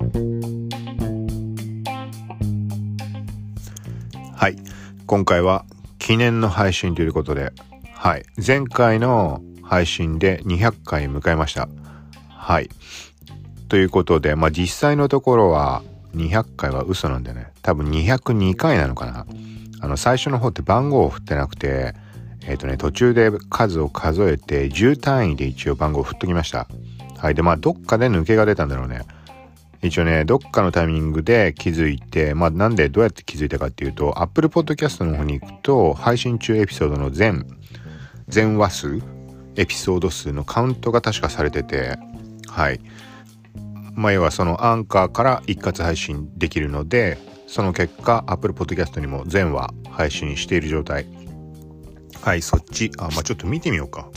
はい、今回は記念の配信ということで、はい、前回の配信で200回迎えました。はい、ということで、実際のところは200回は嘘なんでね、多分202回なのかな。最初の方って番号を振ってなくて、途中で数を数えて10単位で一応番号を振っときました。はい、でどっかで抜けが出たんだろうね。一応ね、どっかのタイミングで気づいて、なんでどうやって気づいたかっていうと、Apple Podcast の方に行くと、配信中エピソードの全話数、エピソード数のカウントが確かされてて、はい。要はそのアンカーから一括配信できるので、その結果、Apple Podcast にも全話配信している状態。はい、そっち。ちょっと見てみようか。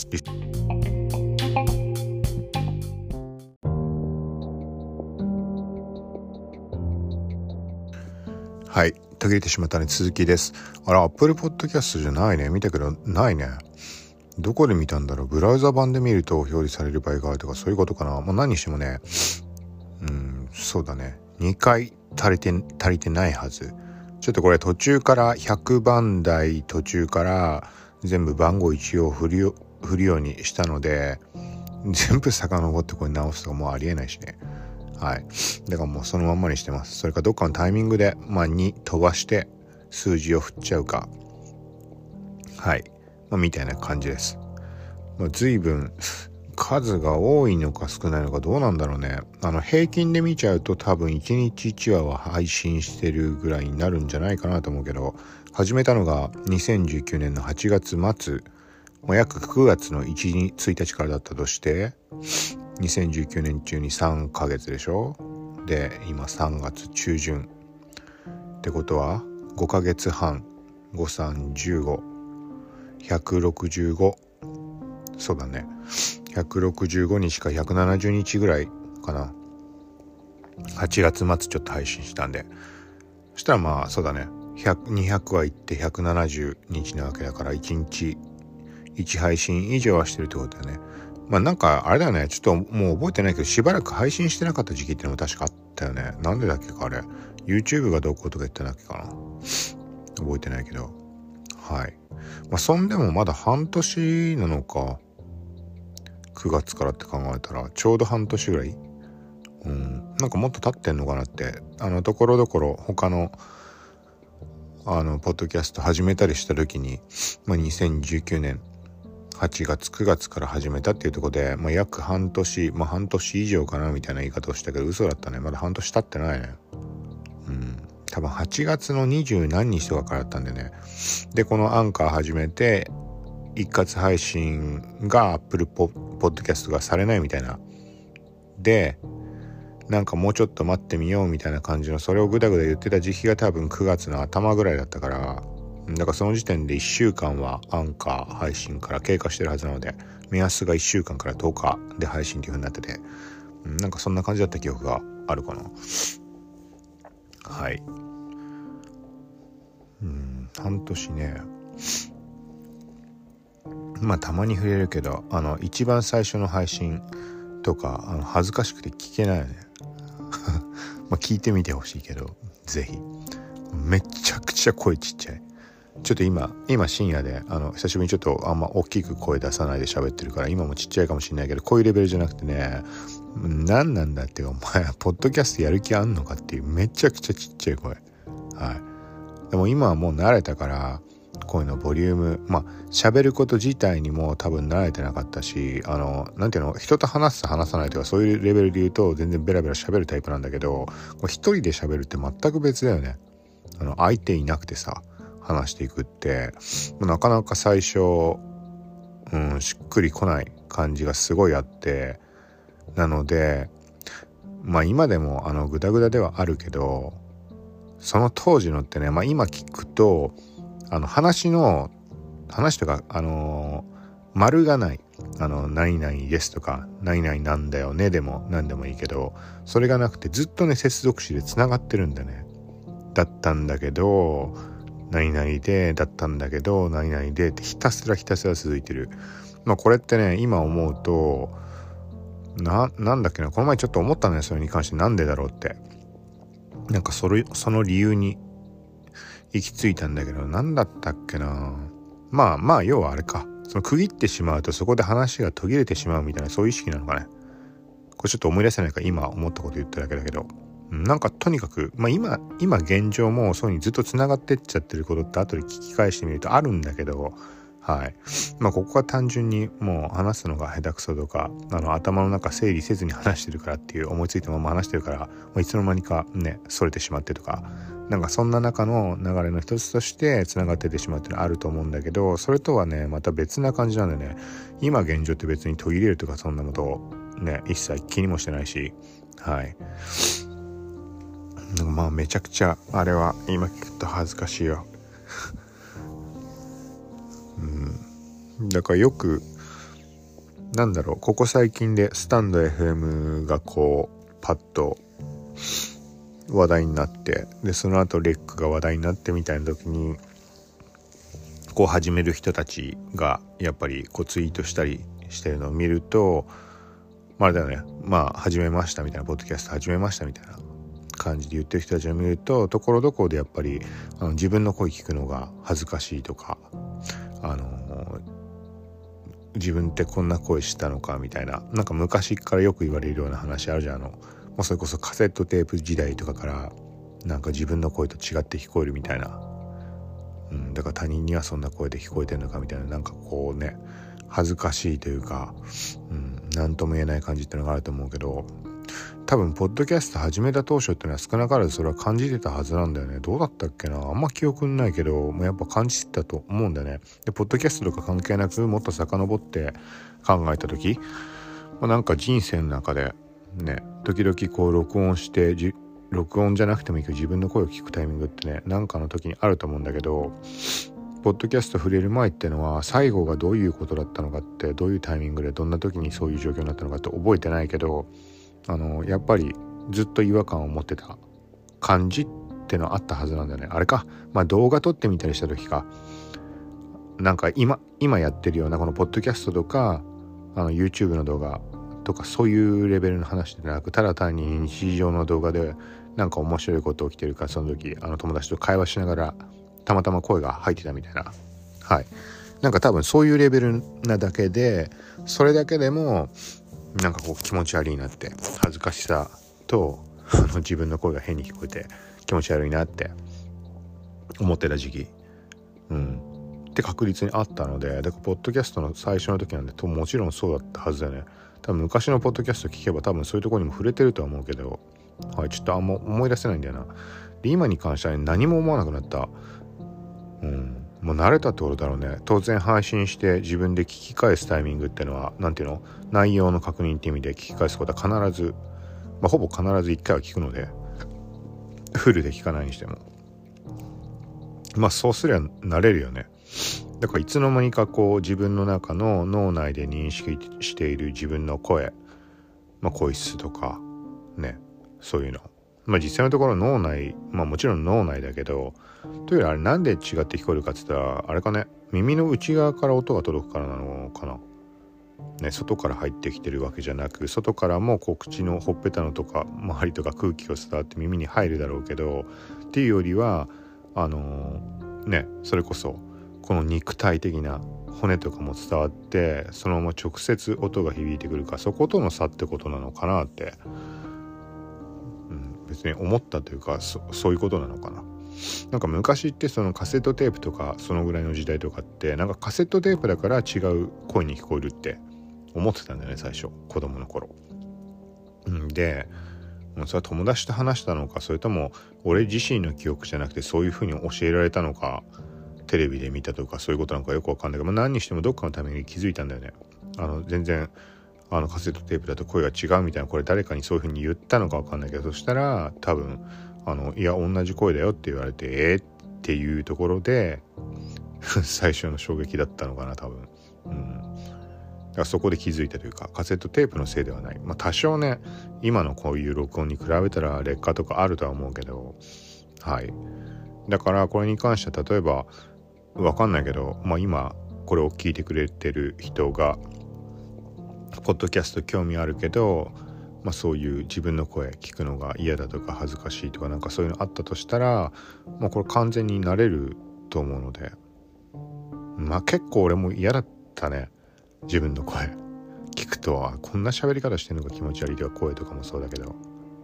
はい、途切れてしまったね。続きです。Apple Podcast じゃないね。見たけどないね。どこで見たんだろう。ブラウザ版で見ると表示される場合があるとか、そういうことかな。何にしてもね、そうだね。2回足りてないはず。ちょっとこれ途中から100番台途中から全部番号一応振るようにしたので、全部遡ってこれ直すとかもうありえないしね。はい。だからもうそのまんまにしてます。それかどっかのタイミングで、2飛ばして数字を振っちゃうか。はい。みたいな感じです。随分数が多いのか少ないのかどうなんだろうね。平均で見ちゃうと多分1日1話は配信してるぐらいになるんじゃないかなと思うけど、始めたのが2019年の8月末、約9月の1日からだったとして、2019年中に3ヶ月でしょ。で今3月中旬ってことは5ヶ月半、5、3、15、165、そうだね、165日か170日ぐらいかな。8月末ちょっと配信したんで、そしたらそうだね、200はいって170日なわけだから、1日1配信以上はしてるってことだよね。なんかあれだよね、ちょっともう覚えてないけど、しばらく配信してなかった時期っていうのも確かあったよね。なんでだっけか、あれ YouTube がどうこうとか言ったんだっけかな、覚えてないけど。はい。そんでもまだ半年なのか。9月からって考えたらちょうど半年ぐらい。なんかもっと経ってんのかなって、ところどころ他のポッドキャスト始めたりした時に、2019年8月9月から始めたっていうところで、約半年、半年以上かなみたいな言い方をしたけど嘘だったね。まだ半年経ってないね。多分8月の20何日とかからだったんでね。でこのアンカー始めて一括配信が Apple Podcast がされないみたいなで、なんかもうちょっと待ってみようみたいな感じの、それをグダグダ言ってた時期が多分9月の頭ぐらいだったから、だからその時点で1週間はアンカー配信から経過してるはずなので、目安が1週間から10日で配信っていう風になってて、なんかそんな感じだった記憶があるかな。はい。半年ね。たまに触れるけど、一番最初の配信とか恥ずかしくて聞けないよね。聞いてみてほしいけど、ぜひ。めちゃくちゃ声ちっちゃい。ちょっと今深夜で久しぶりにちょっとあんま大きく声出さないで喋ってるから、今もちっちゃいかもしれないけど、こういうレベルじゃなくてね、何なんだっていうか、お前ポッドキャストやる気あんのかっていう、めちゃくちゃちっちゃい声。はい。でも今はもう慣れたから、声のボリューム、喋ること自体にも多分慣れてなかったし、なんていうの、人と話す話さないとかそういうレベルで言うと全然ベラベラ喋るタイプなんだけど、一人で喋るって全く別だよね。相手いなくてさ話していくってなかなか最初しっくりこない感じがすごいあって、なので今でもグダグダではあるけど、その当時のってね、今聞くと話とか丸がない、何々ですとか何々なんだよねでも何でもいいけど、それがなくてずっとね接続詞でつながってるんだね。だったんだけど何々で、だったんだけど何々でってひたすら続いてる。これってね今思うとなんだっけな、この前ちょっと思ったのよ、それに関して。なんでだろうって。なんかその理由に行き着いたんだけど、なんだったっけな。まあ要はあれか、その区切ってしまうとそこで話が途切れてしまうみたいな、そういう意識なのかね。これちょっと思い出せないから今思ったこと言っただけだけど、なんかとにかく、今現状もそうにずっとつながってっちゃってることって後で聞き返してみるとあるんだけど、はい。ここは単純にもう話すのが下手くそとか、頭の中整理せずに話してるからっていう、思いついたまま話してるから、もういつの間にかね、それてしまってとか、なんかそんな中の流れの一つとしてつながっててしまうっていうのはあると思うんだけど、それとはね、また別な感じなんでね、今現状って別に途切れるとかそんなことをね、一切気にもしてないし、はい。めちゃくちゃあれは今聞くと恥ずかしいよ。だからよくここ最近でスタンド FM がこうパッと話題になって、でその後レックが話題になってみたいな時にこう始める人たちがやっぱりこうツイートしたりしてるのを見ると、あれだよね、始めましたみたいな、ポッドキャスト始めましたみたいな感じで言ってる人たちを見ると、ところどころでやっぱり自分の声聞くのが恥ずかしいとか、自分ってこんな声したのかみたいな、なんか昔からよく言われるような話あるじゃん。それこそカセットテープ時代とかからなんか自分の声と違って聞こえるみたいな、だから他人にはそんな声で聞こえてるのかみたいな、なんかこうね、恥ずかしいというか、なんとも言えない感じっていうのがあると思うけど、多分ポッドキャスト始めた当初っていうのは少なからずそれは感じてたはずなんだよね。どうだったっけな、あんま記憶ないけど、やっぱ感じてたと思うんだよね。でポッドキャストとか関係なくもっと遡って考えた時、なんか人生の中でね、時々こう録音じゃなくてもいいけど自分の声を聞くタイミングってね、なんかの時にあると思うんだけど、ポッドキャスト触れる前ってのは最後がどういうことだったのかって、どういうタイミングでどんな時にそういう状況になったのかって覚えてないけど、やっぱりずっと違和感を持ってた感じってのあったはずなんだよね。あれか、動画撮ってみたりした時か、なんか今やってるようなこのポッドキャストとかYouTube の動画とかそういうレベルの話でなく、ただ単に日常の動画でなんか面白いこと起きてるから、その時友達と会話しながらたまたま声が入ってたみたいな、はい、なんか多分そういうレベルなだけで、それだけでもなんかこう気持ち悪いなって、恥ずかしさと自分の声が変に聞こえて気持ち悪いなって思ってた時期って確実にあったので、だからポッドキャストの最初の時なんでもちろんそうだったはずだよね。多分昔のポッドキャスト聞けば多分そういうところにも触れてるとは思うけど、はい、ちょっとあんま思い出せないんだよな。で今に関しては、何も思わなくなった。もう慣れたってことだろうね。当然配信して自分で聞き返すタイミングってのは、なんていうの、内容の確認って意味で聞き返すことは必ず、ほぼ必ず1回は聞くので、フルで聞かないにしてもそうすりゃ慣れるよね。だからいつの間にかこう自分の中の脳内で認識している自分の声、声質とかね、そういうの、実際のところ脳内、もちろん脳内だけど、というよりあれなんで違って聞こえるかって言ったら、あれかね、耳の内側から音が届くからなのかな、ね、外から入ってきてるわけじゃなく、外からもこう口のほっぺたのとか周りとか空気が伝わって耳に入るだろうけど、っていうよりはそれこそこの肉体的な骨とかも伝わって、そのまま直接音が響いてくるか、そことの差ってことなのかなって、別に思ったというか、そういうことなのかな。なんか昔ってそのカセットテープとかそのぐらいの時代とかって、なんかカセットテープだから違う声に聞こえるって思ってたんだよね、最初子供の頃。でそれは友達と話したのか、それとも俺自身の記憶じゃなくてそういう風に教えられたのか、テレビで見たとかそういうことなのかよくわかんないけど、何にしてもどっかのために気づいたんだよね。全然カセットテープだと声が違うみたいな、これ誰かにそういう風に言ったのかわかんないけど、そしたら多分いや同じ声だよって言われてっていうところで最初の衝撃だったのかな多分。だからそこで気づいたというか、カセットテープのせいではない。多少ね、今のこういう録音に比べたら劣化とかあるとは思うけど、はい。だからこれに関しては、例えばわかんないけど、今これを聞いてくれてる人がポッドキャスト興味あるけど、そういう自分の声聞くのが嫌だとか恥ずかしいとかなんかそういうのあったとしたら、これ完全に慣れると思うので、結構俺も嫌だったね。自分の声聞くとこんな喋り方してるのが気持ち悪いとか、声とかもそうだけど、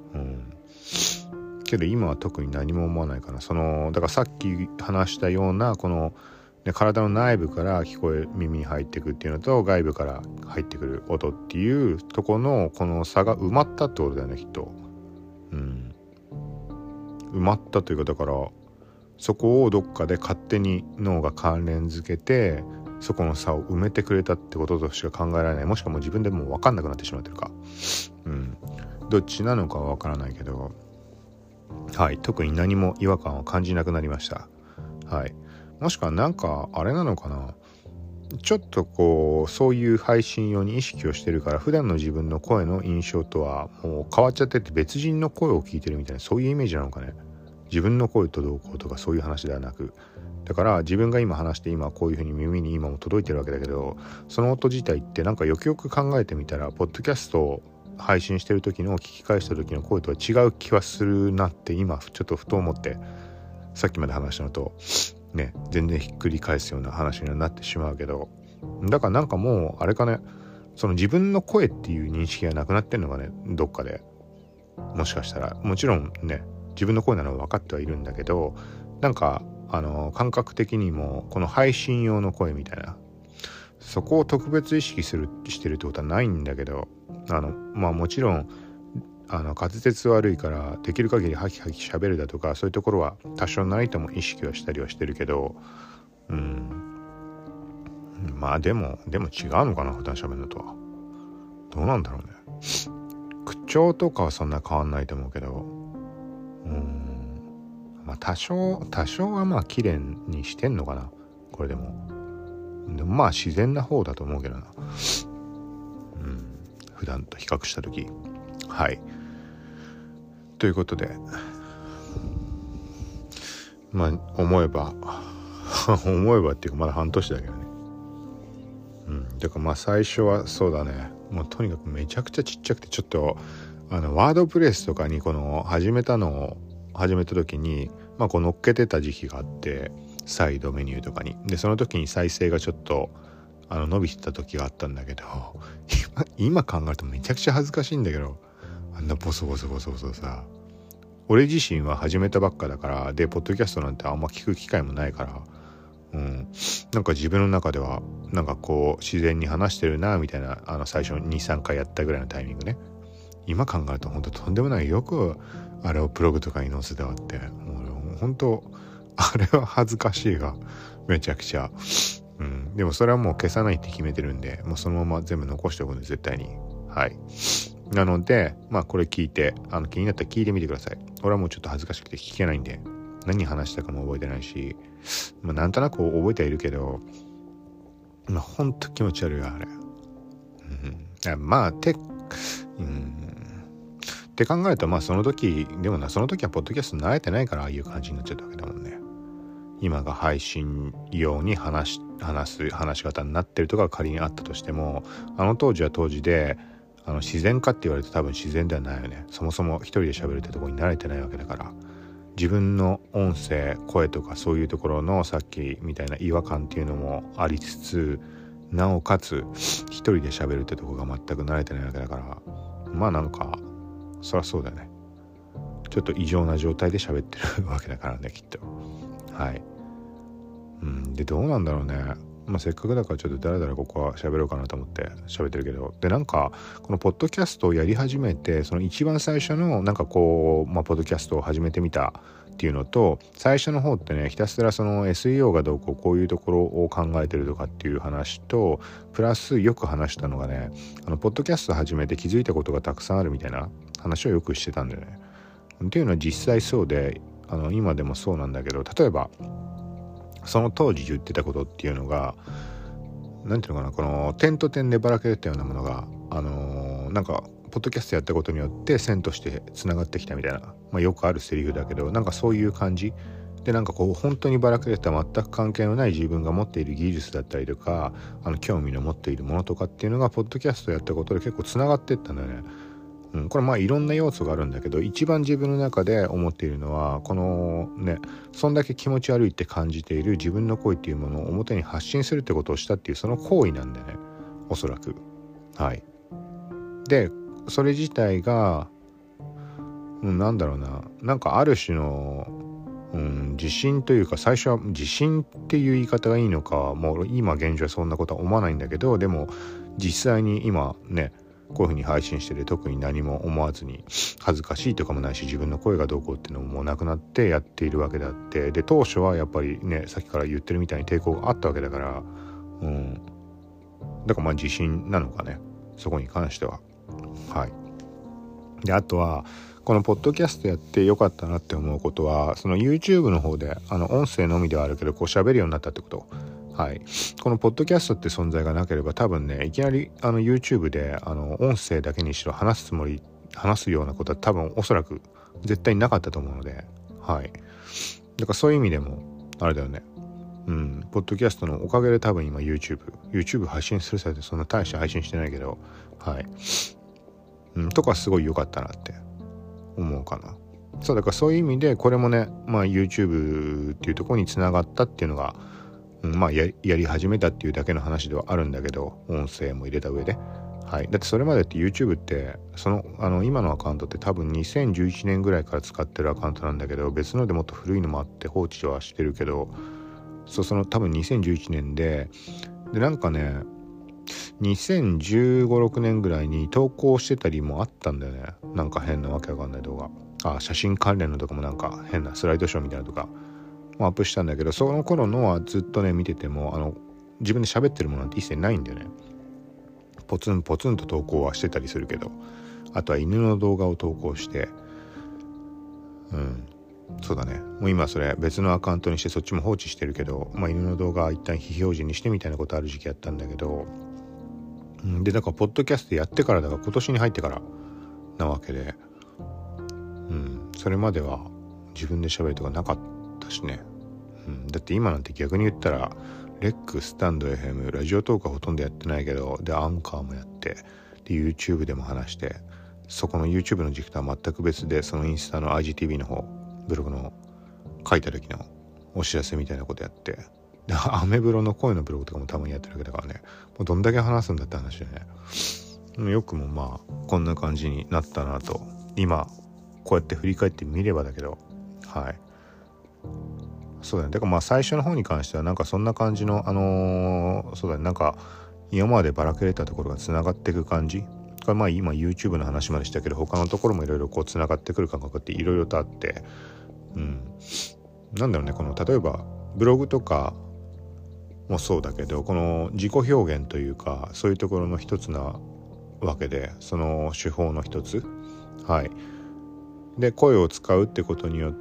けど今は特に何も思わないかな。だからさっき話したようなこの、体の内部から耳に入ってくっていうのと外部から入ってくる音っていうところのこの差が埋まったってことだよね、きっと。埋まったというか、だからそこをどっかで勝手に脳が関連づけてそこの差を埋めてくれたってこととしか考えられない。もしくはもう自分でもう分かんなくなってしまってるか、どっちなのかは分からないけど、特に何も違和感を感じなくなりました。もしくはなんかあれなのかな、ちょっとそういう配信用に意識をしてるから普段の自分の声の印象とはもう変わっちゃってて、別人の声を聞いてるみたいな、そういうイメージなのかね。自分の声とどうこうとかそういう話ではなく、だから自分が今話して今こういう風に耳に今も届いてるわけだけど、その音自体ってなんかよくよく考えてみたらポッドキャストを配信してる時の聞き返した時の声とは違う気はするなって今ちょっとふと思って、さっきまで話したのと全然ひっくり返すような話にはなってしまうけど、だからなんかもうあれかね、その自分の声っていう認識がなくなってんのがね、どっかで。もしかしたらもちろんね自分の声なのは分かってはいるんだけど、なんか感覚的にもこの配信用の声みたいな、そこを特別意識してるってことはないんだけど、もちろん滑舌悪いからできる限りハキハキ喋るだとかそういうところは多少ないとも意識はしたりはしてるけど、でも違うのかな、普段喋るのとは。どうなんだろうね。口調とかはそんな変わんないと思うけど、多少は綺麗にしてんのかな、これでも自然な方だと思うけどな。普段と比較した時。ということで思えばっていうかまだ半年だけどね。だから最初はそうだね、もうとにかくめちゃくちゃちっちゃくて、ちょっとワードプレスとかにこの始めた時に乗っけてた時期があって、サイドメニューとかにで、その時に再生がちょっと伸びてた時があったんだけど今考えるとめちゃくちゃ恥ずかしいんだけど、あんなボソボソさ、俺自身は始めたばっかだから、でポッドキャストなんてあんま聞く機会もないから、なんか自分の中ではなんか自然に話してるなみたいな、最初 2,3 回やったぐらいのタイミングね。今考えると本当とんでもない、よくあれをブログとかに載せたわって、もう本当あれは恥ずかしいがめちゃくちゃ。でもそれはもう消さないって決めてるんで、もうそのまま全部残しておくんで、絶対に。なのでこれ聞いて気になったら聞いてみてください。俺はもうちょっと恥ずかしくて聞けないんで、何話したかも覚えてないし、なんとなく覚えてはいるけど、ほんと気持ち悪いわあれ。って考えるとその時はポッドキャスト慣れてないからああいう感じになっちゃったわけだもんね。今が配信用に話し方になってるとか仮にあったとしても、当時は当時で自然かって言われると多分自然ではないよね。そもそも一人で喋るってところに慣れてないわけだから、自分の音声声とかそういうところのさっきみたいな違和感っていうのもありつつ、なおかつ一人で喋るってとこが全く慣れてないわけだから、なんかそりゃそうだよね。ちょっと異常な状態で喋ってるわけだからね、きっと。でどうなんだろうね。せっかくだからちょっとだらだらここは喋ろうかなと思って喋ってるけど、でなんかこのポッドキャストをやり始めて、その一番最初のなんかポッドキャストを始めてみたっていうのと、最初の方ってねひたすらその SEO がどうこうこういうところを考えてるとかっていう話と、プラスよく話したのがね、ポッドキャスト始めて気づいたことがたくさんあるみたいな話をよくしてたんだよね。っていうのは実際そうで、今でもそうなんだけど、例えばその当時言ってたことっていうのが、なんていうのかな、この点と点でばらけたようなものがなんかポッドキャストやったことによって線としてつながってきたみたいな、よくあるセリフだけど、なんかそういう感じでなんかこう本当にばらけた全く関係のない自分が持っている技術だったりとか興味の持っているものとかっていうのがポッドキャストやったことで結構つながっていったんだよね。これまあいろんな要素があるんだけど、一番自分の中で思っているのはこのね、そんだけ気持ち悪いって感じている自分の声っていうものを表に発信するってことをしたっていうその行為なんだよね、おそらく。はい。でそれ自体が、なんだろうな、なんかある種の、自信というか、最初は自信っていう言い方がいいのか、もう今現状はそんなことは思わないんだけど、でも実際に今ねこういう風に配信してて特に何も思わずに、恥ずかしいとかもないし自分の声がどうこうっていうのももうなくなってやっているわけであって、で当初はやっぱりねさっきから言ってるみたいに抵抗があったわけだから、だからまあ自信なのかね、そこに関しては。はい。であとはこのポッドキャストやってよかったなって思うことは、その YouTube の方で音声のみではあるけどこう喋るようになったってこと。はい。このポッドキャストって存在がなければ多分ね、いきなりYouTube で音声だけにしろ話すようなことは多分おそらく絶対なかったと思うので、はい。だからそういう意味でもあれだよね。ポッドキャストのおかげで多分今 YouTube 配信する際ってそんな大して配信してないけど、はい。とかすごい良かったなって思うかな。そうだからそういう意味でこれもね、まあ YouTube っていうところに繋がったっていうのが、まあやり始めたっていうだけの話ではあるんだけど、音声も入れた上で、はい。だってそれまでって YouTube って今のアカウントって多分2011年ぐらいから使ってるアカウントなんだけど、別のでもっと古いのもあって放置はしてるけど、その多分2011年でなんかね2015、6年ぐらいに投稿してたりもあったんだよね。なんか変なわけわかんない動画。写真関連のとかもなんか変なスライドショーみたいなとかもアップしたんだけど、その頃のはずっとね見てても自分で喋ってるものなんて一切ないんだよね。ポツンポツンと投稿はしてたりするけど、あとは犬の動画を投稿して、そうだね。もう今それ別のアカウントにしてそっちも放置してるけど、まあ犬の動画は一旦非表示にしてみたいなことある時期あったんだけど、でだからポッドキャストやってからだから今年に入ってからなわけで、それまでは自分で喋るとかなかったしね、だって今なんて逆に言ったらレック、スタンド FM、ラジオトークはほとんどやってないけど、でアンカーもやって、で YouTube でも話して、そこの YouTube の軸とは全く別でそのインスタの IGTV の方、ブログの書いた時のお知らせみたいなことやって、でアメブロの声のブログとかもたまにやってるわけだからね、もうどんだけ話すんだって話でね、よくもまあこんな感じになったなと今こうやって振り返ってみればだけど、はい。そうだね。だからまあ最初の方に関してはなんかそんな感じのそうだね、なんか今までばらけれたところがつながっていく感じ。まあ今 YouTube の話までしたけど、他のところもいろいろこうつながってくる感覚っていろいろとあって、なんだろうね、この例えばブログとかもそうだけど、この自己表現というかそういうところの一つなわけで、その手法の一つ、はい。で声を使うってことによって、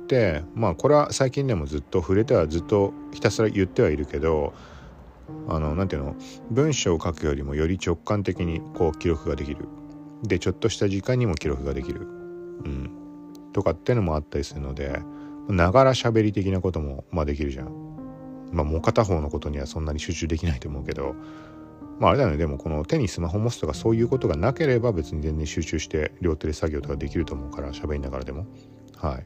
まあこれは最近でもずっと触れてはずっとひたすら言ってはいるけど、なんていうの、文章を書くよりもより直感的にこう記録ができる。でちょっとした時間にも記録ができる、とかってのもあったりするので、ながら喋り的なこともまあできるじゃん。まあもう片方のことにはそんなに集中できないと思うけど、まああれだよね。でもこの手にスマホ持つとかそういうことがなければ別に全然集中して両手で作業とかできると思うから、喋りながらでも、はい。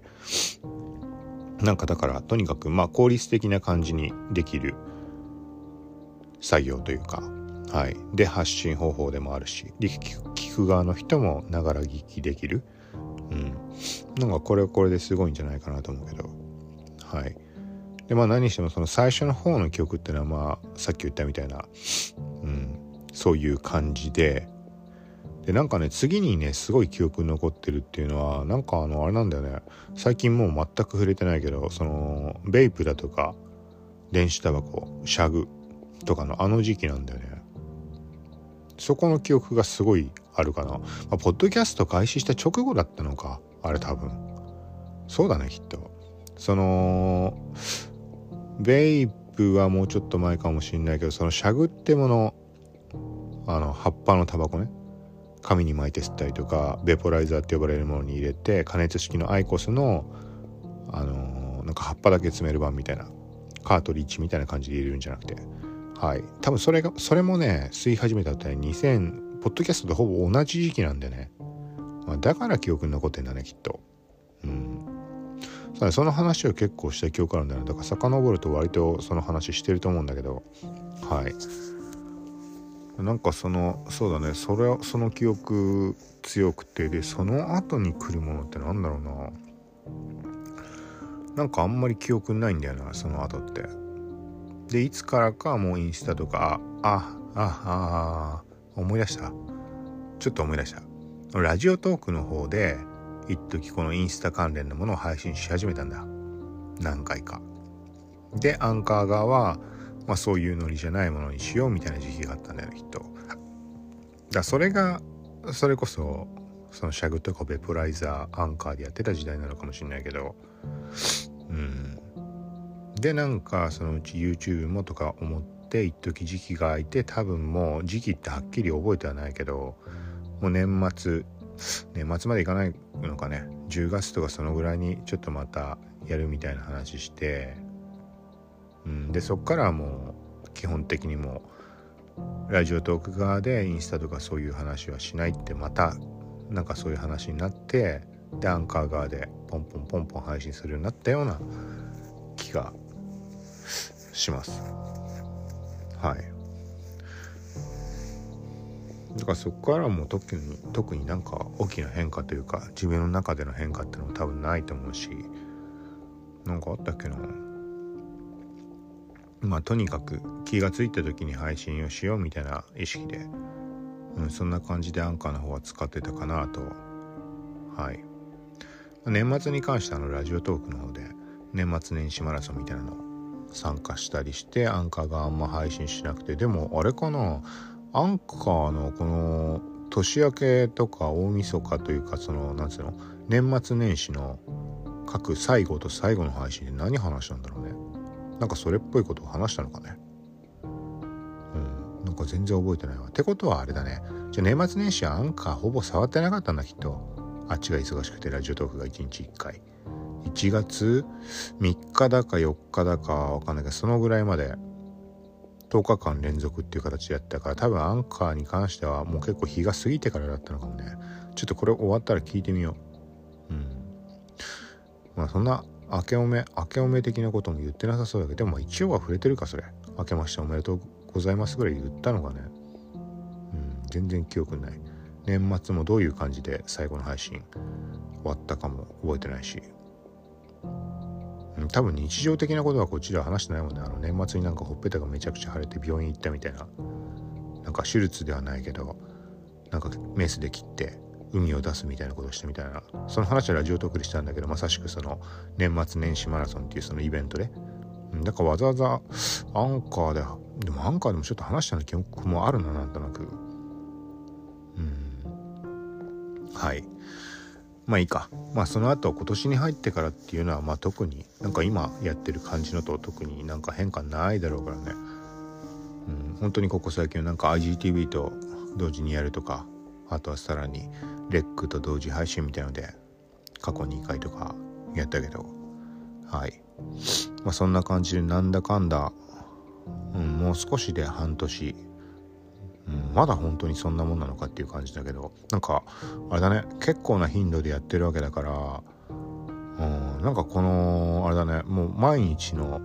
なんかだからとにかくまあ効率的な感じにできる作業というか、はい。で発信方法でもあるし、聞く側の人もながら聞きできる。なんかこれはこれですごいんじゃないかなと思うけど、はい。でまあ何してもその最初の方の記憶っていうのはまあさっき言ったみたいな、そういう感じで、なんかね次にねすごい記憶に残ってるっていうのはなんかあれなんだよね。最近もう全く触れてないけど、そのベイプだとか電子タバコ、シャグとかの時期なんだよね。そこの記憶がすごいあるかな。ポッドキャスト開始した直後だったのか、あれ多分。そうだね、きっと。そのベイプはもうちょっと前かもしれないけど、そのシャグってもの、葉っぱのタバコね、紙に巻いて吸ったりとか、ベポライザーって呼ばれるものに入れて加熱式のアイコスのなんなんか葉っぱだけ詰める版みたいな、カートリッジみたいな感じで入れるんじゃなくて、はい、多分それもね吸い始めたって2000ポッドキャストとほぼ同じ時期なんでね、だから記憶に残ってんだねきっと。その話を結構した記憶あるんだよね。だから遡ると割とその話してると思うんだけど、はい、なんかそうだね、その記憶強くて、でその後に来るものってなんだろうな、なんかあんまり記憶ないんだよなその後って。でいつからかもうインスタとか思い出した。ちょっと思い出した。ラジオトークの方で一時このインスタ関連のものを配信し始めたんだ、何回か。でアンカー側は、そういうノリじゃないものにしようみたいな時期があったんだよねきっと。それこそそのシャグとかベプライザーアンカーでやってた時代なのかもしれないけど、でなんかそのうち YouTube もとか思って一時時期が空いて、多分もう時期ってはっきり覚えてはないけど、もう年末までいかないのかね、10月とかそのぐらいにちょっとまたやるみたいな話して、でそっからはもう基本的にもうラジオトーク側でインスタとかそういう話はしないって、またなんかそういう話になって、でアンカー側でポンポン配信するようになったような気がします。はい。だからそこからもう特になんか大きな変化というか、自分の中での変化ってのも多分ないと思うし、なんかあったっけな。とにかく気がついた時に配信をしようみたいな意識で、そんな感じでアンカーの方は使ってたかなと。はい。年末に関してラジオトークの方で年末年始マラソンみたいなの参加したりして、アンカーがあんま配信しなくて、でもあれかな、アンカーのこの年明けとか大晦日というか、そのなんつうの、年末年始の各最後と最後の配信で何話したんだろうね。なんかそれっぽいことを話したのかね。なんか全然覚えてないわ。ってことはあれだね、じゃあ年末年始はアンカーほぼ触ってなかったんだきっと。あっちが忙しくてラジオトークが1日1回、1月3日だか4日だかわかんないけど、そのぐらいまで10日間連続っていう形でやったから、多分アンカーに関してはもう結構日が過ぎてからだったのかもね。ちょっとこれ終わったら聞いてみよう。そんな明けおめ的なことも言ってなさそうだけど、でも一応は触れてるか。それ明けましておめでとうございますぐらい言ったのかね。全然記憶ない。年末もどういう感じで最後の配信終わったかも覚えてないし、多分日常的なことはこっちでは話してないもんね。年末になんかほっぺたがめちゃくちゃ腫れて病院行ったみたいな、なんか手術ではないけどなんかメスで切って海を出すみたいなことをしてみたいな、その話はラジオトークでしたんだけど、まさしくその年末年始マラソンっていうそのイベントで、だからわざわざアンカーでもアンカーでもちょっと話したの記憶もあるな、なんとなく。はい。いいか。その後今年に入ってからっていうのは特になんか今やってる感じのと特になんか変化ないだろうからね。本当にここ最近はなんか IGTV と同時にやるとか、あとはさらにレックと同時配信みたいので過去2回とかやったけど、はい。そんな感じでなんだかんだ、もう少しで半年、まだ本当にそんなもんなのかっていう感じだけど、なんかあれだね、結構な頻度でやってるわけだから、なんかこのあれだね、もう毎日の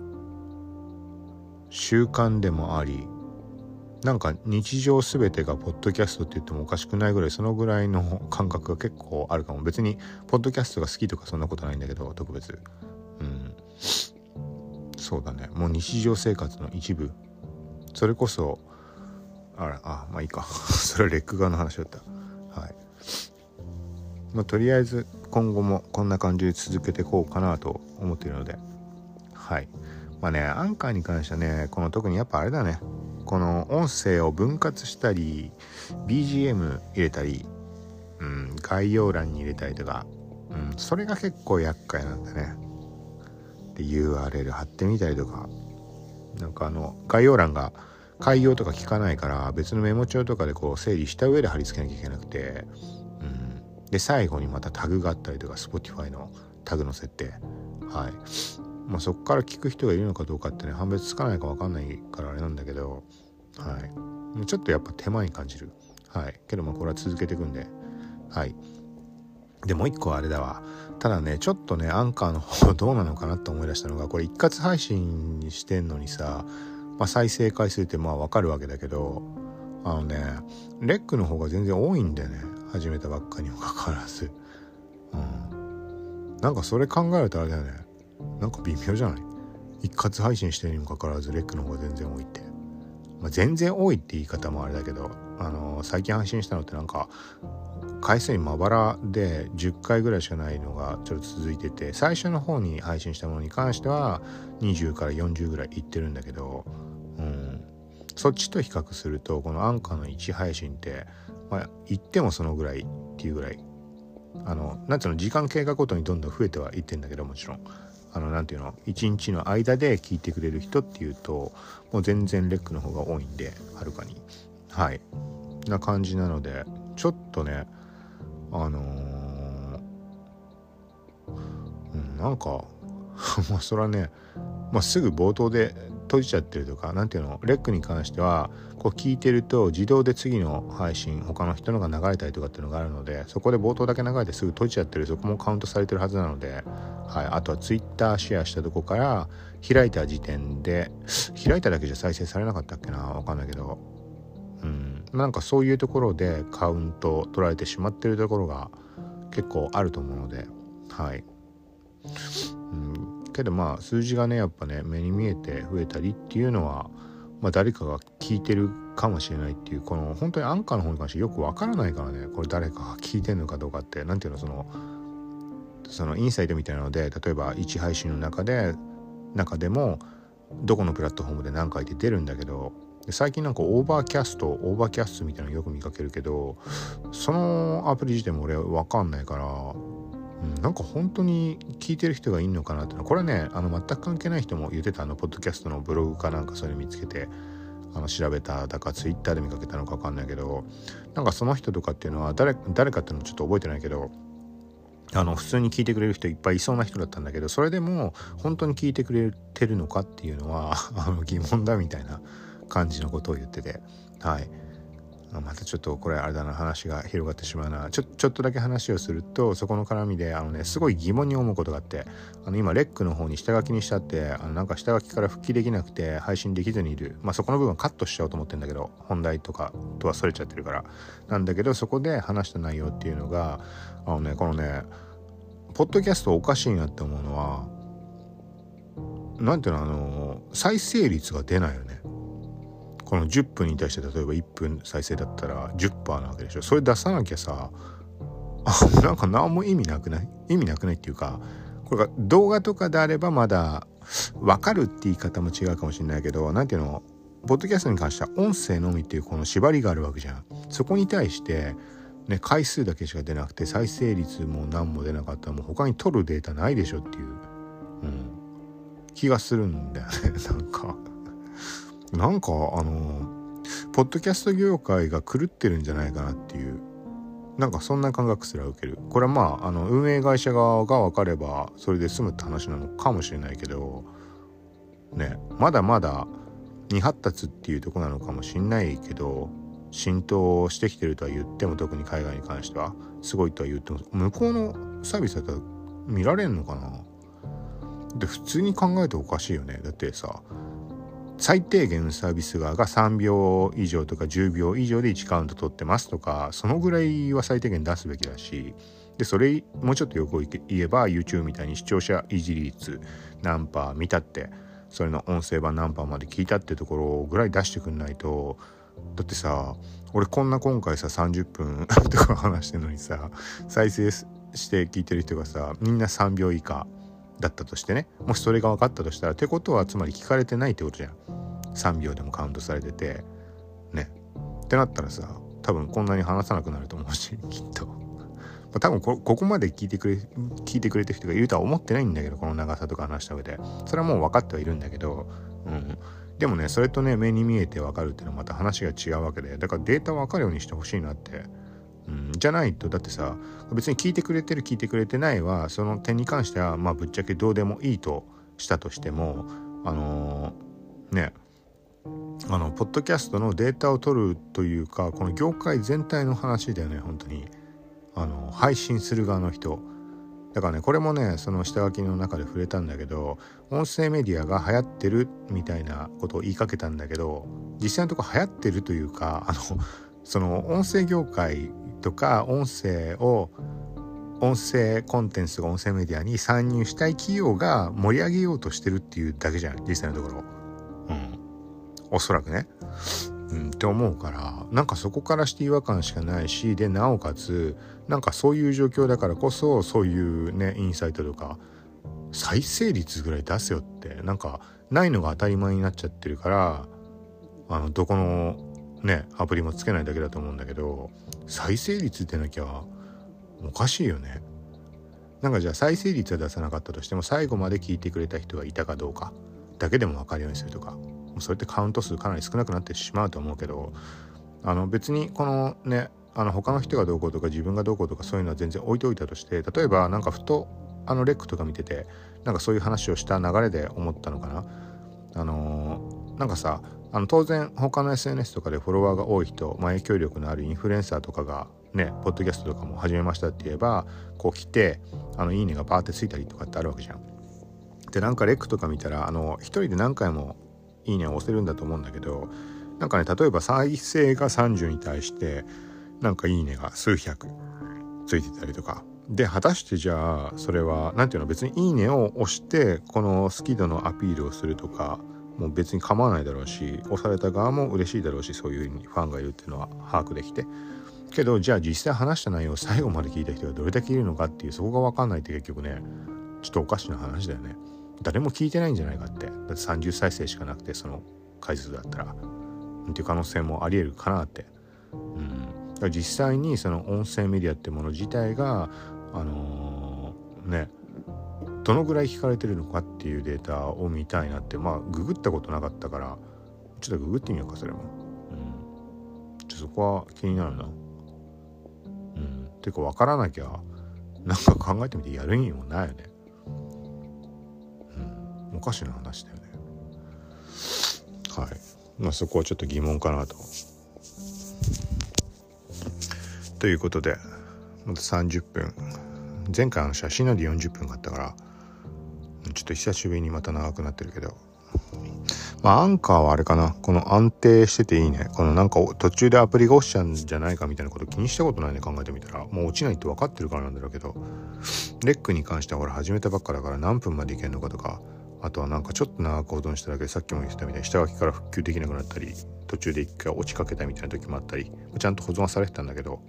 習慣でもあり、なんか日常すべてがポッドキャストって言ってもおかしくないぐらい、そのぐらいの感覚が結構あるかも。別にポッドキャストが好きとかそんなことないんだけど、特別。そうだね、もう日常生活の一部。それこそいいかそれはレック側の話だった。はい。とりあえず今後もこんな感じで続けていこうかなと思っているので、はい。アンカーに関してはね、この特にやっぱあれだね、この音声を分割したり BGM 入れたり、概要欄に入れたりとか、それが結構厄介なんだね。で URL 貼ってみたりとか、なんか概要欄が改行とか聞かないから別のメモ帳とかでこう整理した上で貼り付けなきゃいけなくて、で最後にまたタグがあったりとか Spotify のタグの設定はい。まあそこから聞く人がいるのかどうかってね、判別つかないか分かんないからあれなんだけど、はい。ちょっとやっぱ手間に感じる。はい。けどこれは続けていくんで、はい。でもう一個あれだわ。ただね、ちょっとね、アンカーの方どうなのかなと思い出したのが、これ一括配信してんのにさ、再生回数って分かるわけだけど、レックの方が全然多いんだよね。始めたばっかにもかかわらず。なんかそれ考えるとあれだよね。なんか微妙じゃない？一括配信してるにもかかわらずレックの方が全然多いって。全然多いって言い方もあれだけど、最近配信したのってなんか回数にまばらで10回ぐらいしかないのがちょっと続いてて、最初の方に配信したものに関しては20から40ぐらいいってるんだけど、そっちと比較するとこのアンカーの1配信って言ってもそのぐらいっていうぐらい、なんていうの、時間経過ごとにどんどん増えてはいってんだけど、もちろんなんていうの、1日の間で聞いてくれる人っていうともう全然レックの方が多いんで、はるかに、はいな感じなので、ちょっとねなんかそれはね、すぐ冒頭で閉じちゃってるとか、なんていうの、レックに関してはこう聞いてると自動で次の配信他の人のが流れたりとかっていうのがあるので、そこで冒頭だけ流れてすぐ閉じちゃってる、そこもカウントされてるはずなので、はい。あとはツイッターシェアしたとこから開いた時点で、開いただけじゃ再生されなかったっけな、わかんないけど、なんかそういうところでカウント取られてしまってるところが結構あると思うので、はい。けど数字がねやっぱね目に見えて増えたりっていうのは、誰かが聞いてるかもしれないっていう、この本当にアンカーの方に関してよくわからないからね、これ誰かが聞いてんのかどうかって、なんていうの、そのインサイトみたいなので、例えば1配信の中でもどこのプラットフォームで何回って出るんだけど、最近なんかオーバーキャストみたいなのよく見かけるけど、そのアプリ自体も俺わかんないから、なんか本当に聞いてる人がいんのかなっての、これね全く関係ない人も言ってた、ポッドキャストのブログかなんかそれ見つけて調べただかツイッターで見かけたのか分かんないけど、なんかその人とかっていうのは誰かっていうのちょっと覚えてないけど、普通に聞いてくれる人いっぱいいそうな人だったんだけど、それでも本当に聞いてくれてるのかっていうのは疑問だみたいな感じのことを言ってて、はい。またちょっとこれあれだな、話が広がってしまうな。ちょっとだけ話をすると、そこの絡みですごい疑問に思うことがあって、今レックの方に下書きにしたって、なんか下書きから復帰できなくて配信できずにいる、そこの部分カットしちゃおうと思ってんだけど、本題とかとはそれちゃってるからなんだけど、そこで話した内容っていうのがこのねポッドキャストおかしいなって思うのは、なんていうの、再生率が出ないよね。この10分に対して例えば1分再生だったら 10% なわけでしょ。それ出さなきゃさ、なんか何も意味なくないっていうか、これが動画とかであればまだ分かるって言い方も違うかもしれないけど、なんていうの、ポッドキャストに関しては音声のみっていうこの縛りがあるわけじゃん。そこに対してね、回数だけしか出なくて再生率も何も出なかったらもう他に取るデータないでしょっていう、気がするんだよね。なんかポッドキャスト業界が狂ってるんじゃないかなっていう、なんかそんな感覚すら受ける。これは運営会社側が分かればそれで済むって話なのかもしれないけどね、まだまだ未発達っていうところなのかもしれないけど、浸透してきてるとは言っても、特に海外に関してはすごいとは言っても、向こうのサービスだったら見られんのかな。で普通に考えておかしいよね。だってさ、最低限サービス側が3秒以上とか10秒以上で1カウント取ってますとか、そのぐらいは最低限出すべきだし、でそれもうちょっとよく言えば YouTube みたいに視聴者維持率何パー見たって、それの音声版何パーまで聞いたってところぐらい出してくんないと。だってさ、俺今回さ30分とか話してるのにさ、再生して聞いてる人がさみんな3秒以下だったとしてね、もしそれが分かったとしたら、ってことはつまり聞かれてないってことじゃん。3秒でもカウントされててねってなったらさ、多分こんなに話さなくなると思うし、きっと多分ここまで聞いてくれてる人がいるとは思ってないんだけど、この長さとか話した上でそれはもう分かってはいるんだけど、でもね、それとね目に見えて分かるっていうのはまた話が違うわけで、だからデータ分かるようにしてほしいなって、 じゃないとだってさ別に聞いてくれてる聞いてくれてないはその点に関してはぶっちゃけどうでもいいとしたとしてもポッドキャストのデータを取るというかこの業界全体の話だよね本当に配信する側の人だからねこれもねその下書きの中で触れたんだけど音声メディアが流行ってるみたいなことを言いかけたんだけど実際のところ流行ってるというかその音声業界とか音声コンテンツが音声メディアに参入したい企業が盛り上げようとしてるっていうだけじゃん実際のところおそらくねって思うからなんかそこからして違和感しかないしでなおかつなんかそういう状況だからこそそういうねインサイトとか再生率ぐらい出せよってなんかないのが当たり前になっちゃってるからどこのねアプリもつけないだけだと思うんだけど再生率出なきゃおかしいよね。なんかじゃあ再生率は出さなかったとしても最後まで聞いてくれた人がいたかどうかだけでも分かるようにするとかそれってカウント数かなり少なくなってしまうと思うけど別にこのね他の人がどうこうとか自分がどうこうとかそういうのは全然置いておいたとして例えばなんかふとレックとか見ててなんかそういう話をした流れで思ったのかななんかさ当然他の SNS とかでフォロワーが多い人、影響力のあるインフルエンサーとかがねポッドキャストとかも始めましたって言えばこう来ていいねがバーってついたりとかってあるわけじゃん。でなんかレックとか見たら一人で何回もいいねを押せるんだと思うんだけどなんかね例えば再生が30に対してなんかいいねが数百ついてたりとかで果たしてじゃあそれはなんていうの別にいいねを押してこの好き度のアピールをするとかもう別に構わないだろうし押された側も嬉しいだろうしそういう風にファンがいるっていうのは把握できてけどじゃあ実際話した内容を最後まで聞いた人がどれだけいるのかっていうそこが分かんないって結局ねちょっとおかしな話だよね。誰も聞いてないんじゃないかってだって30再生しかなくてその回数だったらっていう可能性もありえるかなってだから実際にその音声メディアってもの自体がどのぐらい聞かれてるのかっていうデータを見たいなってググったことなかったからちょっとググってみようかそれもそこは気になるなてか分からなきゃなんか考えてみてやる意味もないよねおかしな話だよね。はい。そこはちょっと疑問かなと。ということでまた30分前回写真ので40分があったからちょっと久しぶりにまた長くなってるけどアンカーはあれかなこの安定してていいねこのなんか途中でアプリが落ちちゃうんじゃないかみたいなこと気にしたことないね考えてみたらもう落ちないって分かってるからなんだろうけどレックに関してはほら始めたばっかだから何分までいけるのかとかあとはなんかちょっと長く保存しただけでさっきも言ってたみたいに下書きから復旧できなくなったり途中で一回落ちかけたみたいな時もあったりちゃんと保存はされてたんだけど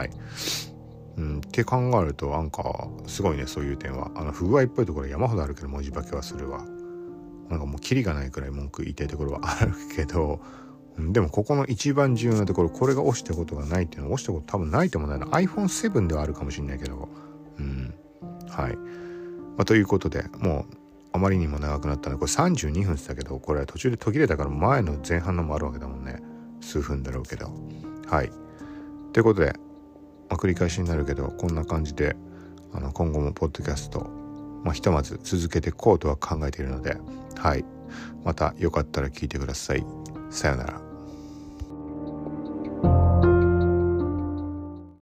って考えるとアンカーすごいねそういう点は不具合っぽいところ山ほどあるけど文字化けはするわなんかもうキリがないくらい文句言いたいところはあるけどでもここの一番重要なところこれが押したことがないっていうのは押したこと多分ないと思うんだよな iPhone7 ではあるかもしれないけどということでもうあまりにも長くなったのでこれ32分って言ったけどこれは途中で途切れたから前の前半のもあるわけだもんね数分だろうけどということで、繰り返しになるけどこんな感じで今後もポッドキャストひとまず続けていこうとは考えているのでまたよかったら聞いてください。さよなら。